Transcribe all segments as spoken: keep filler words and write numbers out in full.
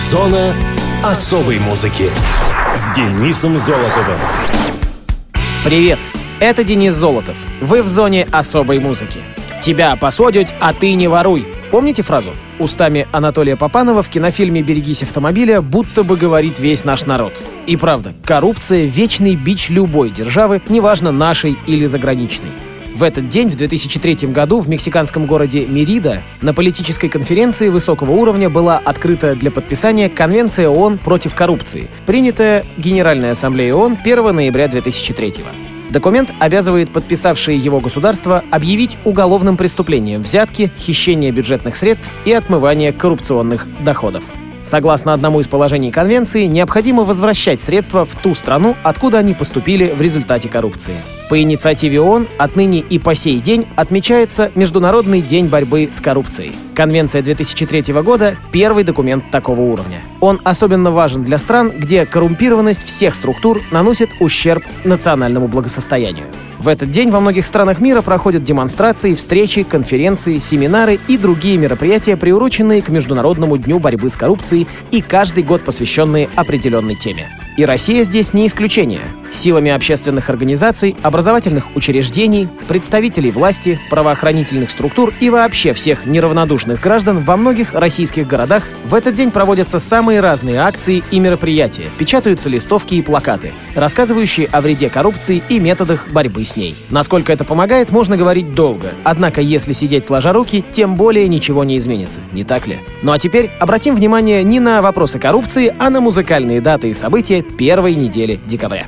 Зона особой музыки с Денисом Золотовым. Привет, это Денис Золотов. Вы в зоне особой музыки. Тебя посадят, а ты не воруй. Помните фразу? Устами Анатолия Папанова в кинофильме «Берегись автомобиля» будто бы говорит весь наш народ. И правда, коррупция — вечный бич любой державы, неважно нашей или заграничной. В этот день, в две тысячи третьем году, в мексиканском городе Мерида на политической конференции высокого уровня была открыта для подписания Конвенция ООН против коррупции, принятая Генеральной Ассамблеей ООН первого ноября две тысячи третьего. Документ обязывает подписавшие его государства объявить уголовным преступлением взятки, хищение бюджетных средств и отмывание коррупционных доходов. Согласно одному из положений Конвенции, необходимо возвращать средства в ту страну, откуда они поступили в результате коррупции. По инициативе ООН отныне и по сей день отмечается Международный день борьбы с коррупцией. Конвенция две тысячи третьего года — первый документ такого уровня. Он особенно важен для стран, где коррумпированность всех структур наносит ущерб национальному благосостоянию. В этот день во многих странах мира проходят демонстрации, встречи, конференции, семинары и другие мероприятия, приуроченные к Международному дню борьбы с коррупцией и каждый год посвященные определенной теме. И Россия здесь не исключение. Силами общественных организаций, образовательных учреждений, представителей власти, правоохранительных структур и вообще всех неравнодушных граждан во многих российских городах в этот день проводятся самые разные акции и мероприятия, печатаются листовки и плакаты, рассказывающие о вреде коррупции и методах борьбы с ней. Насколько это помогает, можно говорить долго. Однако, если сидеть сложа руки, тем более ничего не изменится, не так ли? Ну а теперь обратим внимание не на вопросы коррупции, а на музыкальные даты и события первой недели декабря.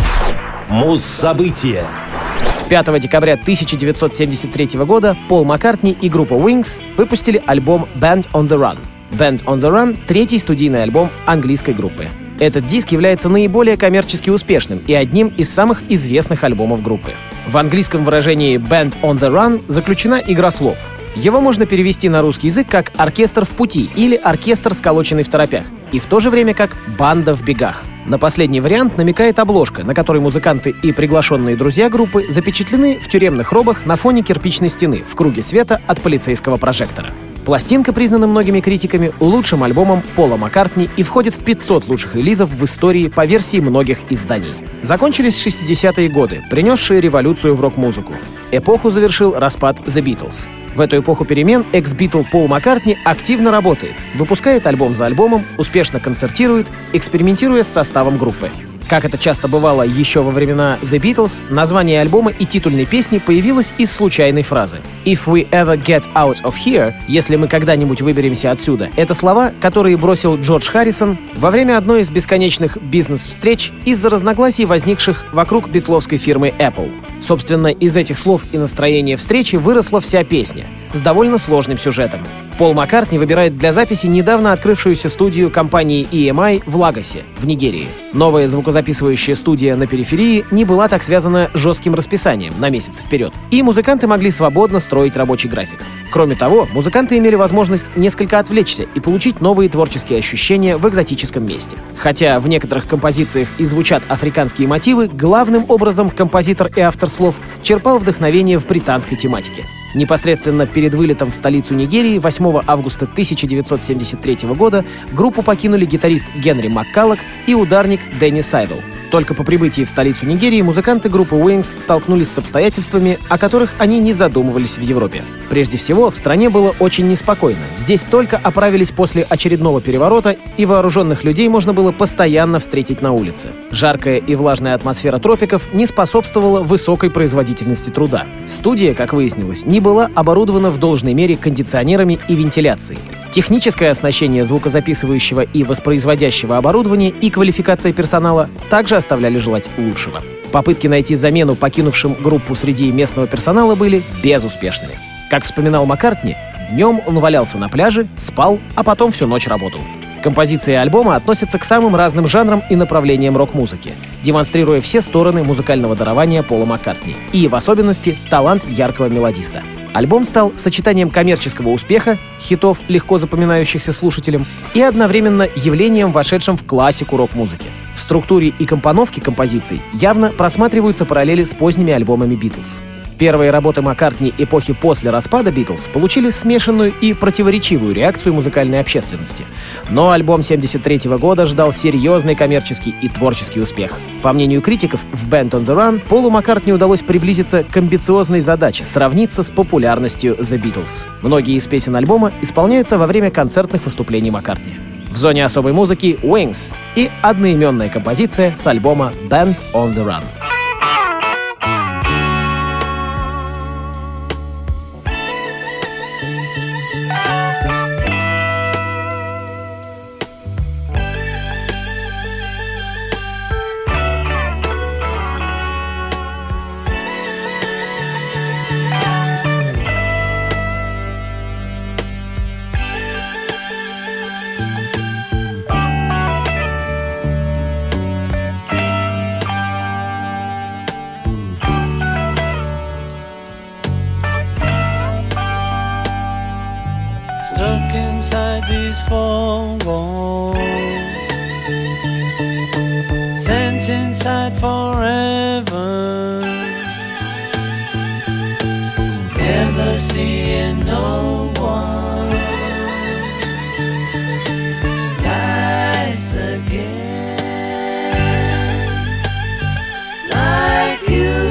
Муз-события. пятого декабря тысяча девятьсот семьдесят третьего года Пол Маккартни и группа Wings выпустили альбом Band on the Run. Band on the Run — третий студийный альбом английской группы. Этот диск является наиболее коммерчески успешным и одним из самых известных альбомов группы. В английском выражении Band on the Run заключена игра слов. Его можно перевести на русский язык как «оркестр в пути» или «оркестр, сколоченный в торопях», и в то же время как «банда в бегах». На последний вариант намекает обложка, на которой музыканты и приглашенные друзья группы запечатлены в тюремных робах на фоне кирпичной стены в круге света от полицейского прожектора. Пластинка признана многими критиками лучшим альбомом Пола Маккартни и входит в пятьсот лучших релизов в истории по версии многих изданий. Закончились шестидесятые годы, принесшие революцию в рок-музыку. Эпоху завершил распад The Beatles. В эту эпоху перемен экс-битл Пол Маккартни активно работает, выпускает альбом за альбомом, успешно концертирует, экспериментируя с составом группы. Как это часто бывало еще во времена The Beatles, название альбома и титульной песни появилось из случайной фразы. «If we ever get out of here», если мы когда-нибудь выберемся отсюда, это слова, которые бросил Джордж Харрисон во время одной из бесконечных бизнес-встреч из-за разногласий, возникших вокруг битловской фирмы Apple. Собственно, из этих слов и настроения встречи выросла вся песня с довольно сложным сюжетом. Пол Маккартни выбирает для записи недавно открывшуюся студию компании и эм ай в Лагосе, в Нигерии. Новая звукозаписывающая студия на периферии не была так связана жестким расписанием на месяц вперед, и музыканты могли свободно строить рабочий график. Кроме того, музыканты имели возможность несколько отвлечься и получить новые творческие ощущения в экзотическом месте. Хотя в некоторых композициях и звучат африканские мотивы, главным образом композитор и автор слов черпал вдохновение в британской тематике. Непосредственно перед вылетом в столицу Нигерии восьмого августа тысяча девятьсот семьдесят третьего года группу покинули гитарист Генри Маккаллок и ударник Дэнни Сайдл. Только по прибытии в столицу Нигерии музыканты группы Wings столкнулись с обстоятельствами, о которых они не задумывались в Европе. Прежде всего, в стране было очень неспокойно. Здесь только оправились после очередного переворота, и вооруженных людей можно было постоянно встретить на улице. Жаркая и влажная атмосфера тропиков не способствовала высокой производительности труда. Студия, как выяснилось, не была оборудована в должной мере кондиционерами и вентиляцией. Техническое оснащение звукозаписывающего и воспроизводящего оборудования и квалификация персонала также оставляли желать лучшего. Попытки найти замену покинувшим группу среди местного персонала были безуспешными. Как вспоминал Маккартни, днем он валялся на пляже, спал, а потом всю ночь работал. Композиции альбома относятся к самым разным жанрам и направлениям рок-музыки, демонстрируя все стороны музыкального дарования Пола Маккартни и, в особенности, талант яркого мелодиста. Альбом стал сочетанием коммерческого успеха, хитов, легко запоминающихся слушателям, и одновременно явлением, вошедшим в классику рок-музыки. В структуре и компоновке композиций явно просматриваются параллели с поздними альбомами Beatles. Первые работы Маккартни эпохи после распада Битлз получили смешанную и противоречивую реакцию музыкальной общественности. Но альбом семьдесят третьего года ждал серьезный коммерческий и творческий успех. По мнению критиков, в Band on the Run Полу Маккартни удалось приблизиться к амбициозной задаче — сравниться с популярностью The Beatles. Многие из песен альбома исполняются во время концертных выступлений Маккартни. В зоне особой музыки Wings и одноименная композиция с альбома Band on the Run. Stuck inside these four walls, sent inside forever, never seeing no one nice again like you.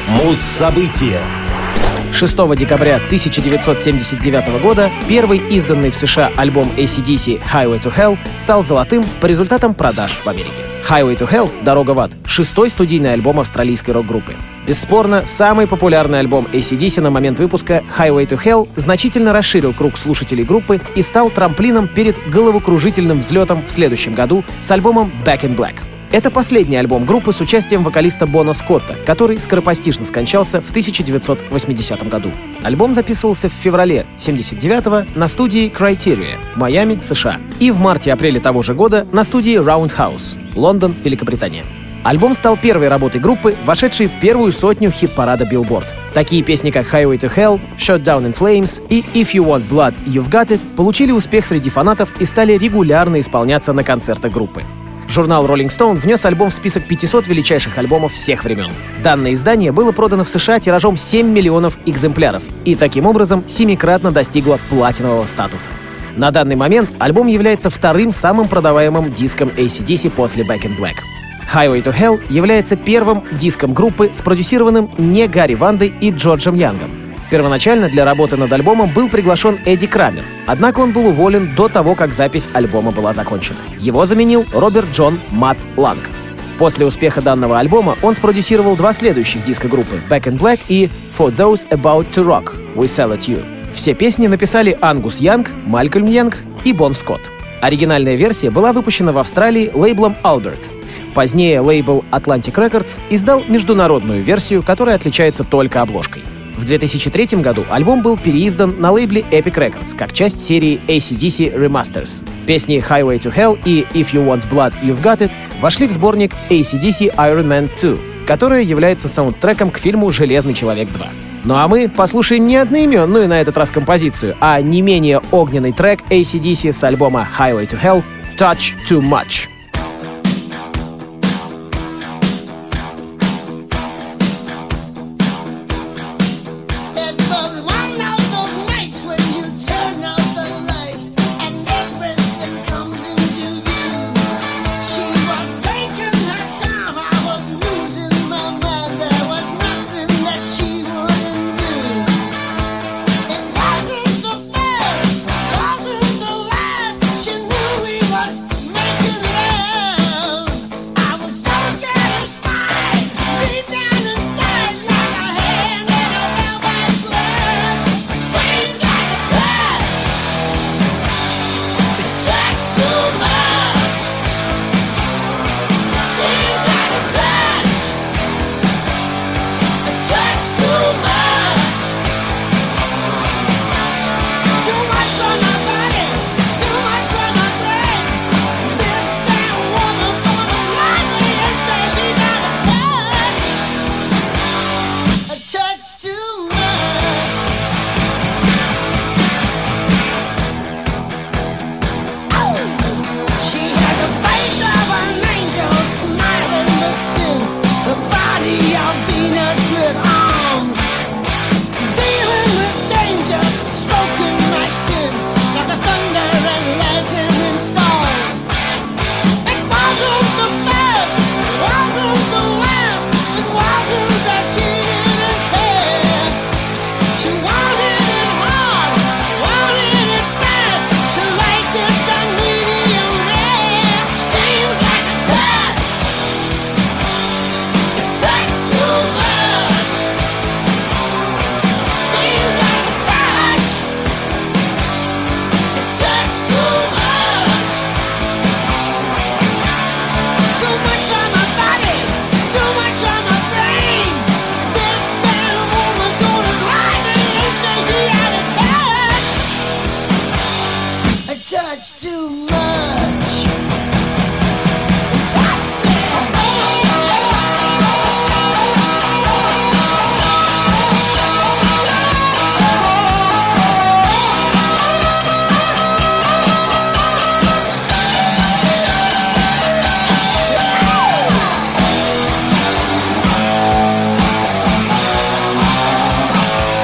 Муз-события. шестого декабря тысяча девятьсот семьдесят девятого года первый изданный в США альбом эй си/ди си «Highway to Hell» стал золотым по результатам продаж в Америке. «Highway to Hell» — «Дорога в ад» — шестой студийный альбом австралийской рок-группы. Бесспорно, самый популярный альбом эй си/ди си на момент выпуска «Highway to Hell» значительно расширил круг слушателей группы и стал трамплином перед головокружительным взлетом в следующем году с альбомом «Back in Black». Это последний альбом группы с участием вокалиста Бона Скотта, который скоропостижно скончался в тысяча девятьсот восьмидесятом году. Альбом записывался в феврале семьдесят девятого на студии Criteria, Майами, США, и в марте-апреле того же года на студии Roundhouse, Лондон, Великобритания. Альбом стал первой работой группы, вошедшей в первую сотню хит-парада Billboard. Такие песни, как «Highway to Hell», «Shot Down in Flames» и «If You Want Blood, You've Got It» получили успех среди фанатов и стали регулярно исполняться на концертах группы. Журнал Rolling Stone внес альбом в список пятисот величайших альбомов всех времен. Данное издание было продано в США тиражом семь миллионов экземпляров и таким образом семикратно достигло платинового статуса. На данный момент альбом является вторым самым продаваемым диском эй си/ди си после Back in Black. «Highway to Hell» является первым диском группы, спродюсированным не Гарри Вандой и Джорджем Янгом. Первоначально для работы над альбомом был приглашен Эдди Крамер, однако он был уволен до того, как запись альбома была закончена. Его заменил Роберт Джон Матт Ланг. После успеха данного альбома он спродюсировал два следующих диска группы «Back in Black» и «For Those About to Rock, We Salute You». Все песни написали Ангус Янг, Малькольм Янг и Бон Скотт. Оригинальная версия была выпущена в Австралии лейблом Albert. Позднее лейбл Atlantic Records издал международную версию, которая отличается только обложкой. В две тысячи третьем году альбом был переиздан на лейбле Epic Records как часть серии эй си/ди си Remasters. Песни «Highway to Hell» и «If You Want Blood, You've Got It» вошли в сборник эй си/ди си Iron Man два, который является саундтреком к фильму «Железный человек два». Ну а мы послушаем не одноименную на этот раз композицию, а не менее огненный трек эй си/ди си с альбома «Highway to Hell» «Touch Too Much».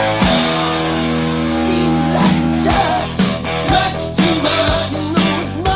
Seems like a touch, touch too much.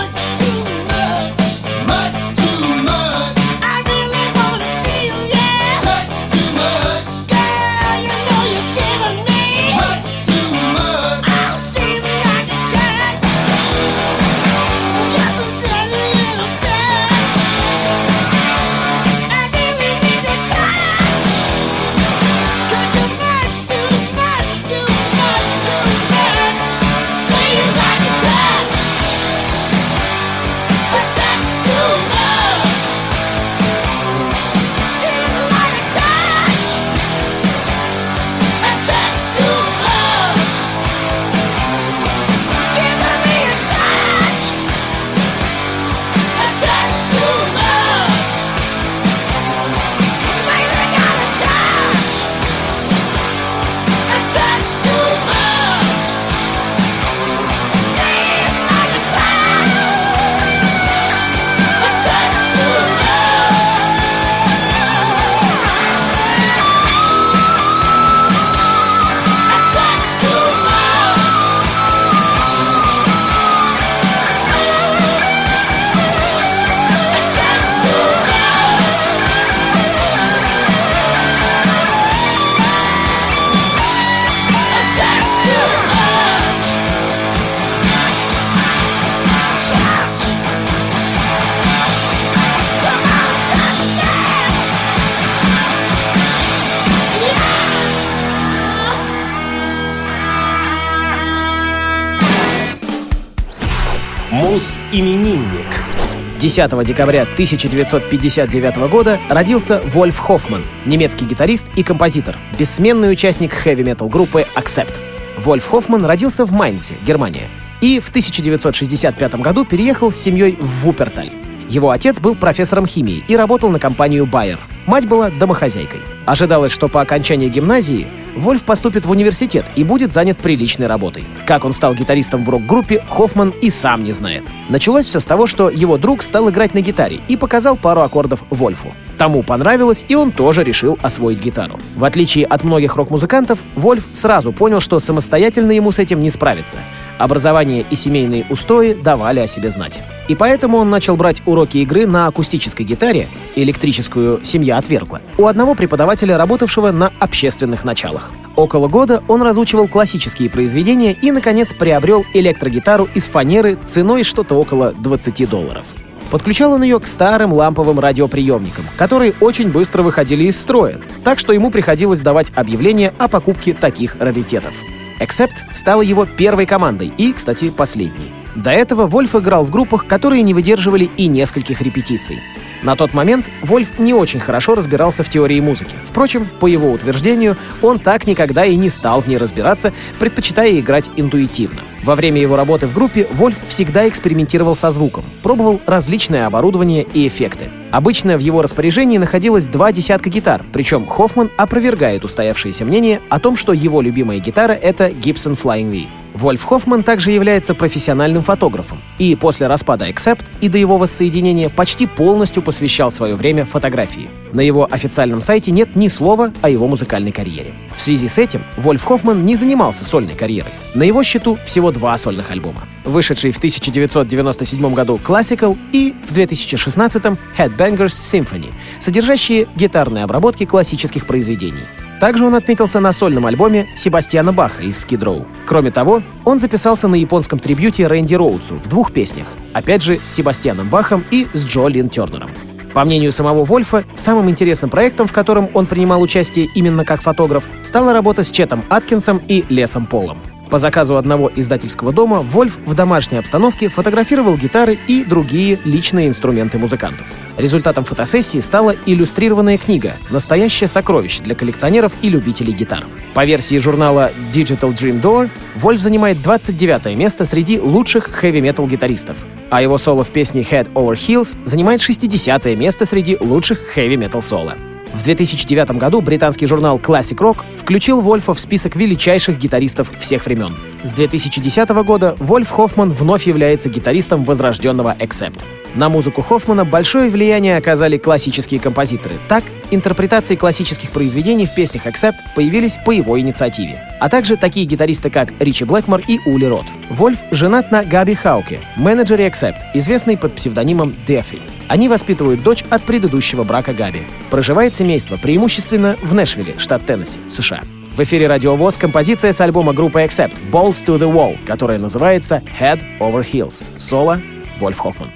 Именинник. десятого декабря тысяча девятьсот пятьдесят девятого года родился Вольф Хоффман, немецкий гитарист и композитор, бессменный участник хэви-метал группы Accept. Вольф Хоффман родился в Майнце, Германия, и в тысяча девятьсот шестьдесят пятом году переехал с семьей в Вупперталь. Его отец был профессором химии и работал на компанию Bayer. Мать была домохозяйкой. Ожидалось, что по окончании гимназии Вольф поступит в университет и будет занят приличной работой. Как он стал гитаристом в рок-группе, Хоффман и сам не знает. Началось все с того, что его друг стал играть на гитаре и показал пару аккордов Вольфу. Тому понравилось, и он тоже решил освоить гитару. В отличие от многих рок-музыкантов, Вольф сразу понял, что самостоятельно ему с этим не справиться. Образование и семейные устои давали о себе знать. И поэтому он начал брать уроки игры на акустической гитаре, электрическую семья отвергла, у одного преподавателя, работавшего на общественных началах. Около года он разучивал классические произведения и, наконец, приобрел электрогитару из фанеры ценой что-то около двадцати долларов. Подключал он ее к старым ламповым радиоприемникам, которые очень быстро выходили из строя, так что ему приходилось давать объявление о покупке таких раритетов. Accept стала его первой командой и, кстати, последней. До этого Вольф играл в группах, которые не выдерживали и нескольких репетиций. На тот момент Вольф не очень хорошо разбирался в теории музыки. Впрочем, по его утверждению, он так никогда и не стал в ней разбираться, предпочитая играть интуитивно. Во время его работы в группе Вольф всегда экспериментировал со звуком, пробовал различное оборудование и эффекты. Обычно в его распоряжении находилось два десятка гитар, причем Хоффман опровергает устоявшееся мнение о том, что его любимая гитара — это Gibson Flying V. Вольф Хоффман также является профессиональным фотографом и после распада Accept и до его воссоединения почти полностью посвящал свое время фотографии. На его официальном сайте нет ни слова о его музыкальной карьере. В связи с этим Вольф Хоффман не занимался сольной карьерой. На его счету всего два сольных альбома. Вышедший в тысяча девятьсот девяносто седьмом году Classical и в две тысячи шестнадцатом Headbangers Symphony, содержащие гитарные обработки классических произведений. Также он отметился на сольном альбоме Себастьяна Баха из Skid Row. Кроме того, он записался на японском трибьюте Рэнди Роудсу в двух песнях, опять же с Себастьяном Бахом и с Джо Лин Тернером. По мнению самого Вольфа, самым интересным проектом, в котором он принимал участие именно как фотограф, стала работа с Четом Аткинсом и Лесом Полом. По заказу одного издательского дома Вольф в домашней обстановке фотографировал гитары и другие личные инструменты музыкантов. Результатом фотосессии стала иллюстрированная книга «Настоящее сокровище» для коллекционеров и любителей гитар. По версии журнала Digital Dream Door, Вольф занимает двадцать девятое место среди лучших хэви-метал гитаристов, а его соло в песне Head Over Heels занимает шестидесятое место среди лучших хэви-метал соло. В две тысячи девятом году британский журнал Classic Rock включил Вольфа в список величайших гитаристов всех времен. С две тысячи десятого года Вольф Хоффман вновь является гитаристом возрожденного Accept. На музыку Хоффмана большое влияние оказали классические композиторы. Так, интерпретации классических произведений в песнях Accept появились по его инициативе. А также такие гитаристы, как Ричи Блэкмор и Ули Рот. Вольф женат на Габи Хауке, менеджере Accept, известной под псевдонимом Дефи. Они воспитывают дочь от предыдущего брака Габи. Проживает семейство преимущественно в Нэшвилле, штат Теннесси, США. В эфире Радио ВОС композиция с альбома группы Accept «Balls to the Wall», которая называется «Head Over Heels». Соло Вольф Хоффман.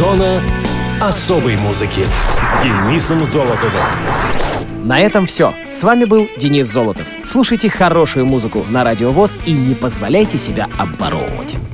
Зона особой музыки с Денисом Золотовым. На этом все. С вами был Денис Золотов. Слушайте хорошую музыку на Радио ВОС и не позволяйте себя обворовывать.